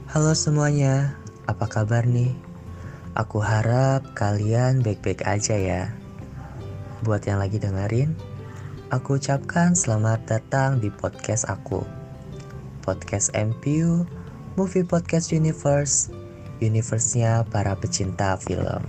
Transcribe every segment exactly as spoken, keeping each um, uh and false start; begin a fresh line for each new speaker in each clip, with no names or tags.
Halo semuanya, apa kabar nih? Aku harap kalian baik-baik aja ya. Buat yang lagi dengerin, aku ucapkan selamat datang di podcast aku. Podcast M P U, Movie Podcast Universe, universe-nya para pecinta film.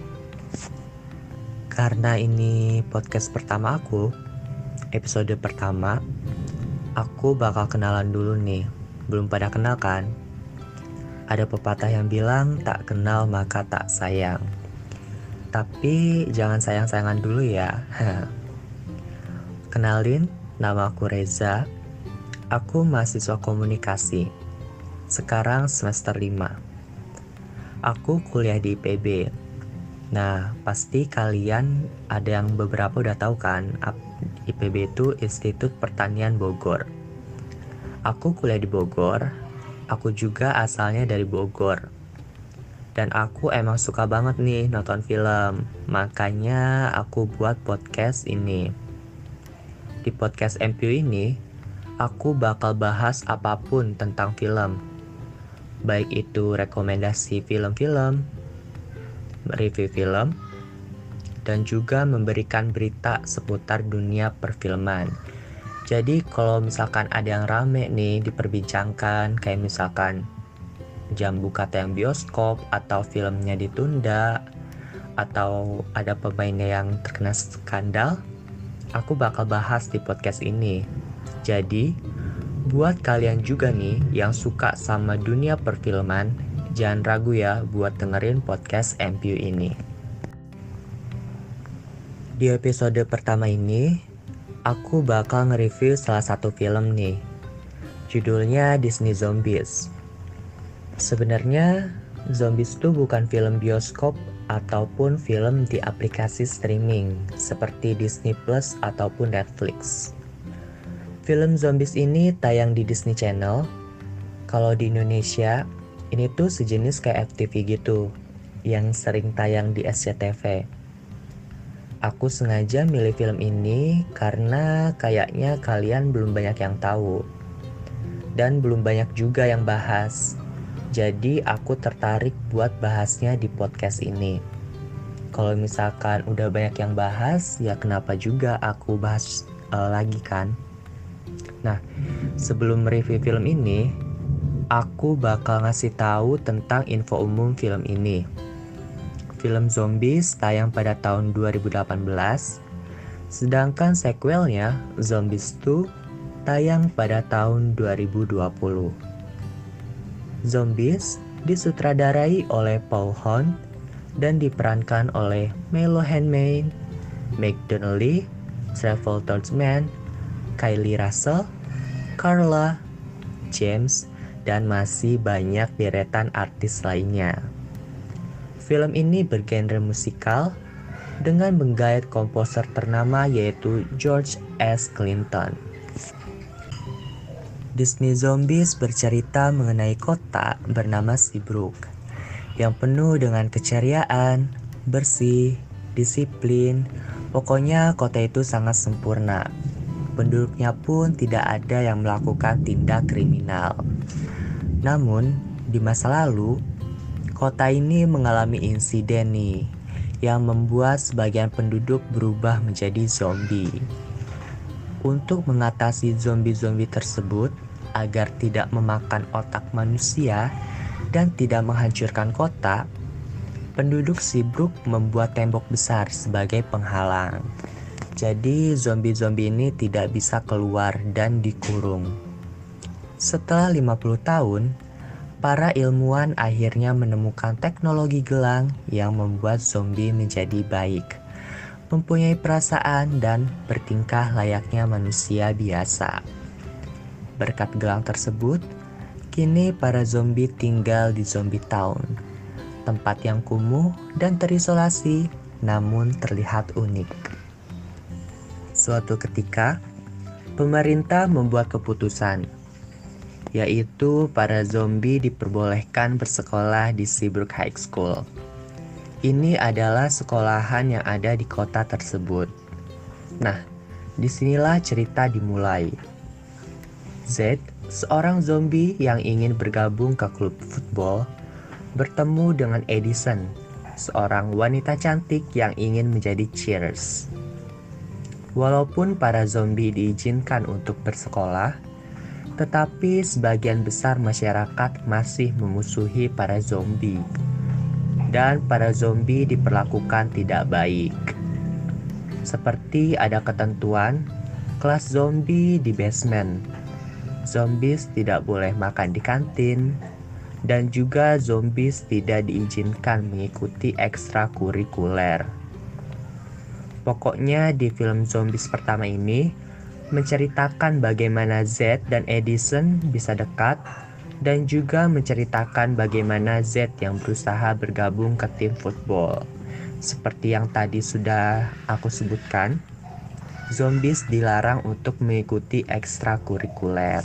Karena ini podcast pertama aku, episode pertama, aku bakal kenalan dulu nih. Belum pada kenal kan? Ada pepatah yang bilang tak kenal maka tak sayang. Tapi jangan sayang-sayangan dulu ya. Kenalin, nama aku Reza. Aku mahasiswa komunikasi. Sekarang semester lima. Aku kuliah di I P B. Nah, pasti kalian ada yang beberapa udah tahu kan, I P B itu Institut Pertanian Bogor. Aku kuliah di Bogor. Aku juga asalnya dari Bogor. Dan aku emang suka banget nih nonton film. Makanya aku buat podcast ini. Di podcast M P U ini, aku bakal bahas apapun tentang film. Baik itu rekomendasi film-film, review film, dan juga memberikan berita seputar dunia perfilman. Jadi kalau misalkan ada yang rame nih diperbincangkan, kayak misalkan jam buka tayang bioskop, atau filmnya ditunda, atau ada pemainnya yang terkena skandal, aku bakal bahas di podcast ini. Jadi, buat kalian juga nih yang suka sama dunia perfilman, jangan ragu ya buat dengerin podcast M P U ini. Di episode pertama ini, aku bakal nge-review salah satu film nih. Judulnya Disney Zombies. Sebenarnya, Zombies itu bukan film bioskop ataupun film di aplikasi streaming seperti Disney Plus ataupun Netflix. Film Zombies ini tayang di Disney Channel. Kalau di Indonesia, ini tuh sejenis kayak F T V gitu, yang sering tayang di S C T V. Aku sengaja milih film ini karena kayaknya kalian belum banyak yang tahu. Dan belum banyak juga yang bahas. Jadi aku tertarik buat bahasnya di podcast ini. Kalau misalkan udah banyak yang bahas, ya kenapa juga aku bahas uh, lagi kan? Nah, sebelum review film ini, aku bakal ngasih tahu tentang info umum film ini. Film Zombies tayang pada tahun dua ribu delapan belas, sedangkan sequelnya Zombies dua tayang pada tahun dua ribu dua puluh. Zombies disutradarai oleh Paul Horn dan diperankan oleh Milo Handmaid, Meg Donnelly, Trevor Toltzman, Kylie Russell, Carla, James, dan masih banyak deretan artis lainnya. Film ini bergenre musikal dengan menggait komposer ternama yaitu George S. Clinton. Disney Zombies bercerita mengenai kota bernama Seabrook yang penuh dengan keceriaan, bersih, disiplin. Pokoknya kota itu sangat sempurna. Penduduknya pun tidak ada yang melakukan tindak kriminal. Namun, di masa lalu, kota ini mengalami insiden nih yang membuat sebagian penduduk berubah menjadi zombie. Untuk mengatasi zombie-zombie tersebut agar tidak memakan otak manusia dan tidak menghancurkan kota, penduduk Seabrook membuat tembok besar sebagai penghalang. Jadi zombie-zombie ini tidak bisa keluar dan dikurung. Setelah lima puluh tahun, para ilmuwan akhirnya menemukan teknologi gelang yang membuat zombie menjadi baik, mempunyai perasaan dan bertingkah layaknya manusia biasa. Berkat gelang tersebut, kini para zombie tinggal di Zombie Town, tempat yang kumuh dan terisolasi namun terlihat unik. Suatu ketika, pemerintah membuat keputusan, yaitu para zombie diperbolehkan bersekolah di Seabrook High School. Ini adalah sekolahan yang ada di kota tersebut. Nah, disinilah cerita dimulai. Z Seorang zombie yang ingin bergabung ke klub football bertemu dengan Edison, seorang wanita cantik yang ingin menjadi cheers. Walaupun para zombie diizinkan untuk bersekolah, tetapi sebagian besar masyarakat masih memusuhi para zombie, dan para zombie diperlakukan tidak baik. Seperti ada ketentuan kelas zombie di basement, zombies tidak boleh makan di kantin, dan juga zombies tidak diizinkan mengikuti ekstrakurikuler. Pokoknya di film Zombies pertama ini menceritakan bagaimana Z dan Edison bisa dekat, dan juga menceritakan bagaimana Z yang berusaha bergabung ke tim football. Seperti yang tadi sudah aku sebutkan, zombies dilarang untuk mengikuti ekstrakurikuler.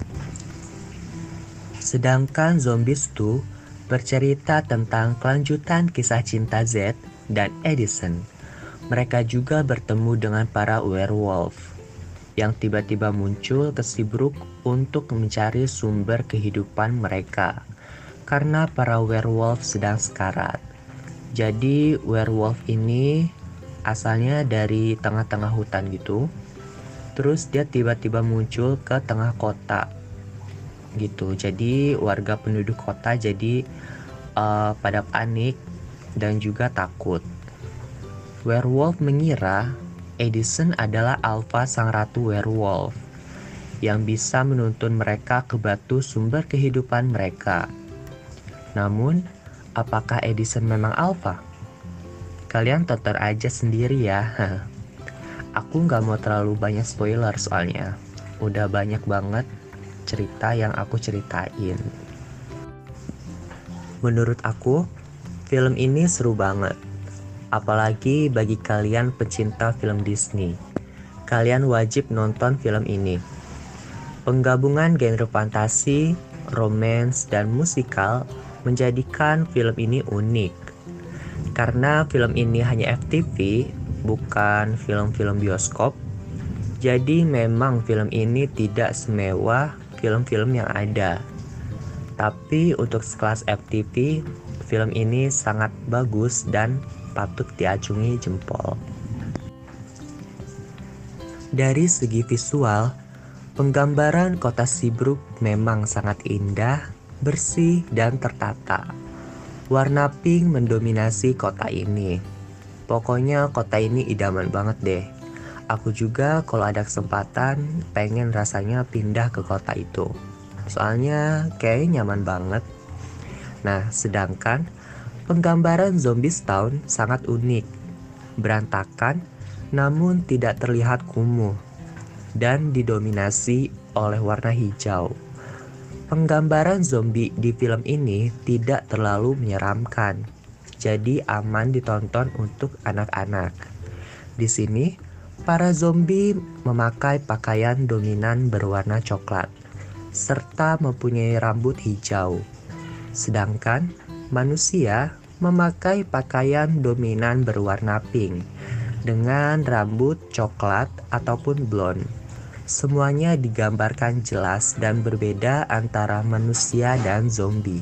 Sedangkan Zombies dua bercerita tentang kelanjutan kisah cinta Z dan Edison. Mereka juga bertemu dengan para werewolf yang tiba-tiba muncul ke Seabrook untuk mencari sumber kehidupan mereka karena para werewolf sedang sekarat. Jadi werewolf ini asalnya dari tengah-tengah hutan gitu. Terus dia tiba-tiba muncul ke tengah kota gitu. Jadi warga penduduk kota jadi uh, pada panik dan juga takut. Werewolf mengira Edison adalah alpha sang ratu werewolf yang bisa menuntun mereka ke batu sumber kehidupan mereka. Namun, apakah Edison memang alpha? Kalian tonton aja sendiri ya. Aku nggak mau terlalu banyak spoiler soalnya. Udah banyak banget cerita yang aku ceritain. Menurut aku, film ini seru banget. Apalagi bagi kalian pecinta film Disney. Kalian wajib nonton film ini. Penggabungan genre fantasi, romance, dan musikal menjadikan film ini unik. Karena film ini hanya F T V, bukan film-film bioskop, jadi memang film ini tidak semewah film-film yang ada. Tapi untuk sekelas F T V, film ini sangat bagus dan patut diacungi jempol. Dari segi visual, penggambaran kota Seabrook memang sangat indah, bersih, dan tertata. Warna pink mendominasi kota ini. Pokoknya kota ini idaman banget deh. Aku juga kalau ada kesempatan pengen rasanya pindah ke kota itu. Soalnya kayaknya nyaman banget. Nah, sedangkan penggambaran Zombies Town sangat unik. Berantakan namun tidak terlihat kumuh dan didominasi oleh warna hijau. Penggambaran zombie di film ini tidak terlalu menyeramkan. Jadi aman ditonton untuk anak-anak. Di sini para zombie memakai pakaian dominan berwarna coklat, serta mempunyai rambut hijau. Sedangkan manusia memakai pakaian dominan berwarna pink, dengan rambut coklat ataupun blonde. Semuanya digambarkan jelas dan berbeda antara manusia dan zombie.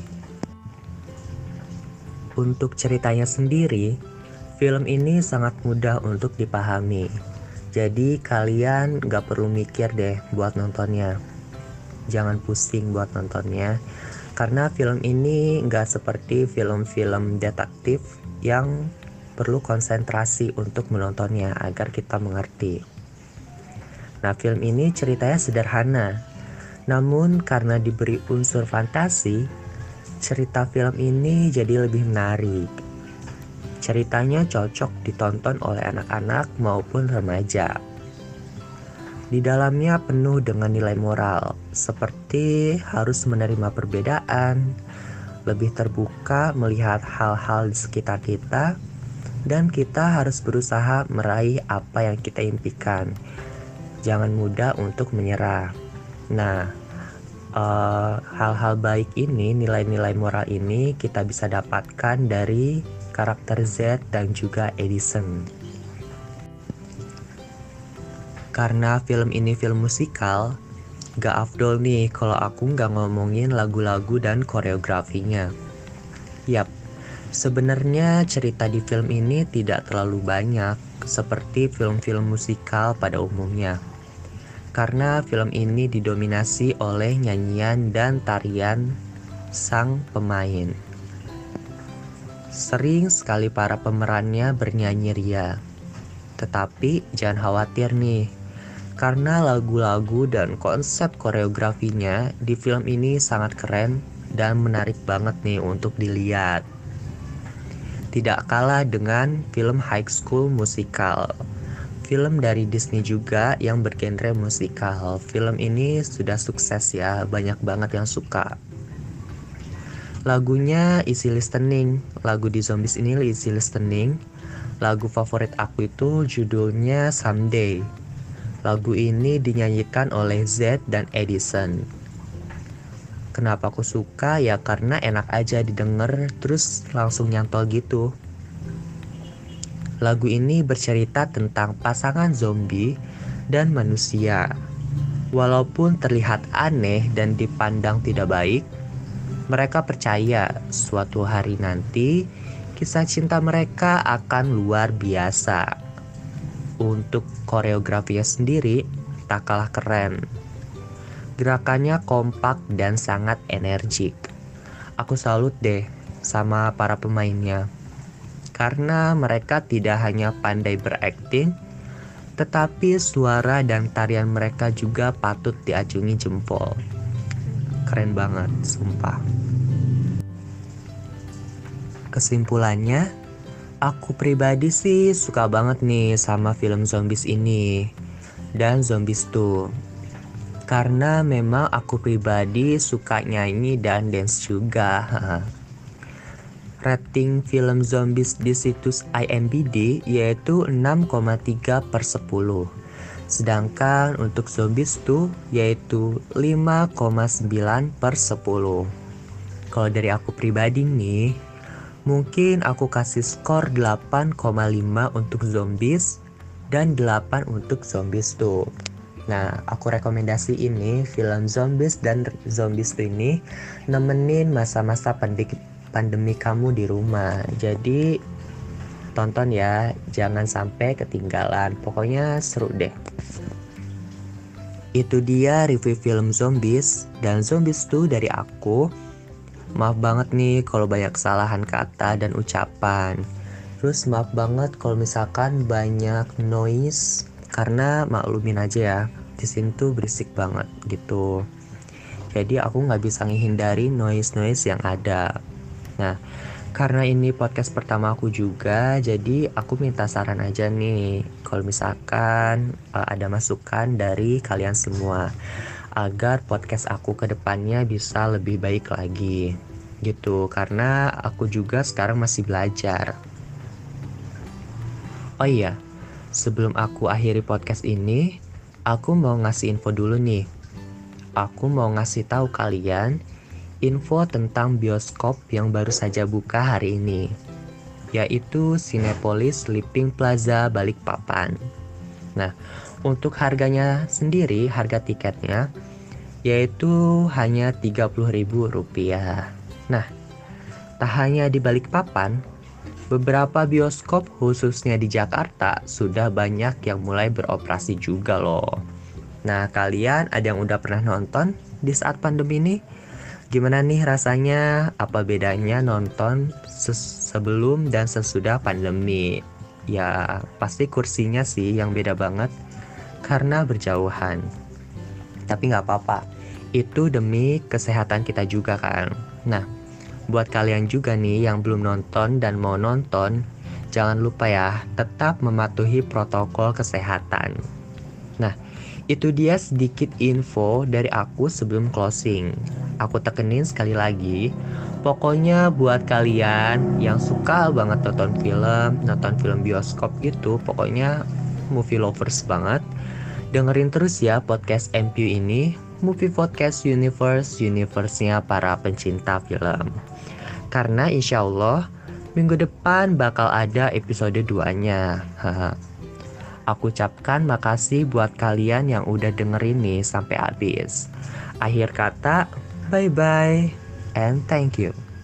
Untuk ceritanya sendiri, film ini sangat mudah untuk dipahami. Jadi kalian gak perlu mikir deh buat nontonnya. Jangan pusing buat nontonnya. Karena film ini gak seperti film-film detektif yang perlu konsentrasi untuk menontonnya agar kita mengerti. Nah, film ini ceritanya sederhana. Namun karena diberi unsur fantasi, cerita film ini jadi lebih menarik. Ceritanya cocok ditonton oleh anak-anak maupun remaja. Di dalamnya penuh dengan nilai moral, seperti harus menerima perbedaan, lebih terbuka melihat hal-hal di sekitar kita, dan kita harus berusaha meraih apa yang kita impikan. Jangan mudah untuk menyerah. Nah, uh, hal-hal baik ini, nilai-nilai moral ini kita bisa dapatkan dari karakter Z dan juga Edison. Karena film ini film musikal, Gak afdol nih kalau aku gak ngomongin lagu-lagu dan koreografinya. Yap, sebenarnya cerita di film ini tidak terlalu banyak seperti film-film musikal pada umumnya. Karena film ini didominasi oleh nyanyian dan tarian sang pemain. Sering sekali para pemerannya bernyanyi ria. Tetapi jangan khawatir nih, karena lagu-lagu dan konsep koreografinya di film ini sangat keren dan menarik banget nih untuk dilihat. Tidak kalah dengan film High School Musical, film dari Disney juga yang bergenre musikal. Film ini sudah sukses ya, banyak banget yang suka. Lagunya easy listening, lagu di Zombies ini easy listening. Lagu favorit aku itu judulnya Someday. Lagu ini dinyanyikan oleh Z dan Edison. Kenapa aku suka? Ya karena enak aja didengar, terus langsung nyantol gitu. Lagu ini bercerita tentang pasangan zombie dan manusia. Walaupun terlihat aneh dan dipandang tidak baik, mereka percaya suatu hari nanti kisah cinta mereka akan luar biasa. Untuk koreografinya sendiri tak kalah keren. Gerakannya kompak dan sangat energik. Aku salut deh sama para pemainnya. Karena mereka tidak hanya pandai berakting, tetapi suara dan tarian mereka juga patut diacungi jempol. Keren banget, sumpah. Kesimpulannya, aku pribadi sih suka banget nih sama film Zombies ini dan Zombies two. Karena memang aku pribadi suka nyanyi dan dance juga. Rating film Zombies di situs I M D B yaitu enam koma tiga per sepuluh. Sedangkan untuk Zombies two yaitu lima koma sembilan per sepuluh. Kalau dari aku pribadi nih, mungkin aku kasih skor delapan koma lima untuk Zombies dan delapan untuk Zombies two. Nah, aku rekomendasi ini film Zombies dan Zombies two ini nemenin masa-masa pandemi, pandemi kamu di rumah. Jadi tonton ya, jangan sampai ketinggalan. Pokoknya seru deh. Itu dia review film Zombies dan Zombies two dari aku. Maaf banget nih kalau banyak kesalahan kata dan ucapan. Terus maaf banget kalau misalkan banyak noise, karena maklumin aja ya, di sini tuh berisik banget gitu. Jadi aku nggak bisa menghindari noise-noise yang ada. Nah, karena ini podcast pertama aku juga, jadi aku minta saran aja nih, kalau misalkan uh, ada masukan dari kalian semua, agar podcast aku ke depannya bisa lebih baik lagi gitu, karena aku juga sekarang masih belajar. Oh iya, sebelum aku akhiri podcast ini, aku mau ngasih info dulu nih. Aku mau ngasih tahu kalian info tentang bioskop yang baru saja buka hari ini, yaitu Cinepolis Living Plaza Balikpapan. Nah, untuk harganya sendiri, harga tiketnya yaitu hanya tiga puluh ribu rupiah. Nah, tak hanya di Balikpapan, beberapa bioskop khususnya di Jakarta sudah banyak yang mulai beroperasi juga loh. Nah, kalian ada yang udah pernah nonton di saat pandemi ini? Gimana nih rasanya? Apa bedanya nonton sebelum dan sesudah pandemi? Ya, pasti kursinya sih yang beda banget karena berjauhan. Tapi nggak apa-apa, itu demi kesehatan kita juga kan. Nah, buat kalian juga nih yang belum nonton dan mau nonton, jangan lupa ya, tetap mematuhi protokol kesehatan. Nah, itu dia sedikit info dari aku sebelum closing. Aku tekenin sekali lagi, pokoknya buat kalian yang suka banget nonton film, nonton film bioskop gitu, pokoknya movie lovers banget, dengerin terus ya podcast M P U ini, Movie Podcast Universe, universe-nya para pencinta film. Karena insya Allah minggu depan bakal ada episode dua-nya. Aku ucapkan makasih buat kalian yang udah dengerin nih sampai habis. Akhir kata, bye-bye and thank you.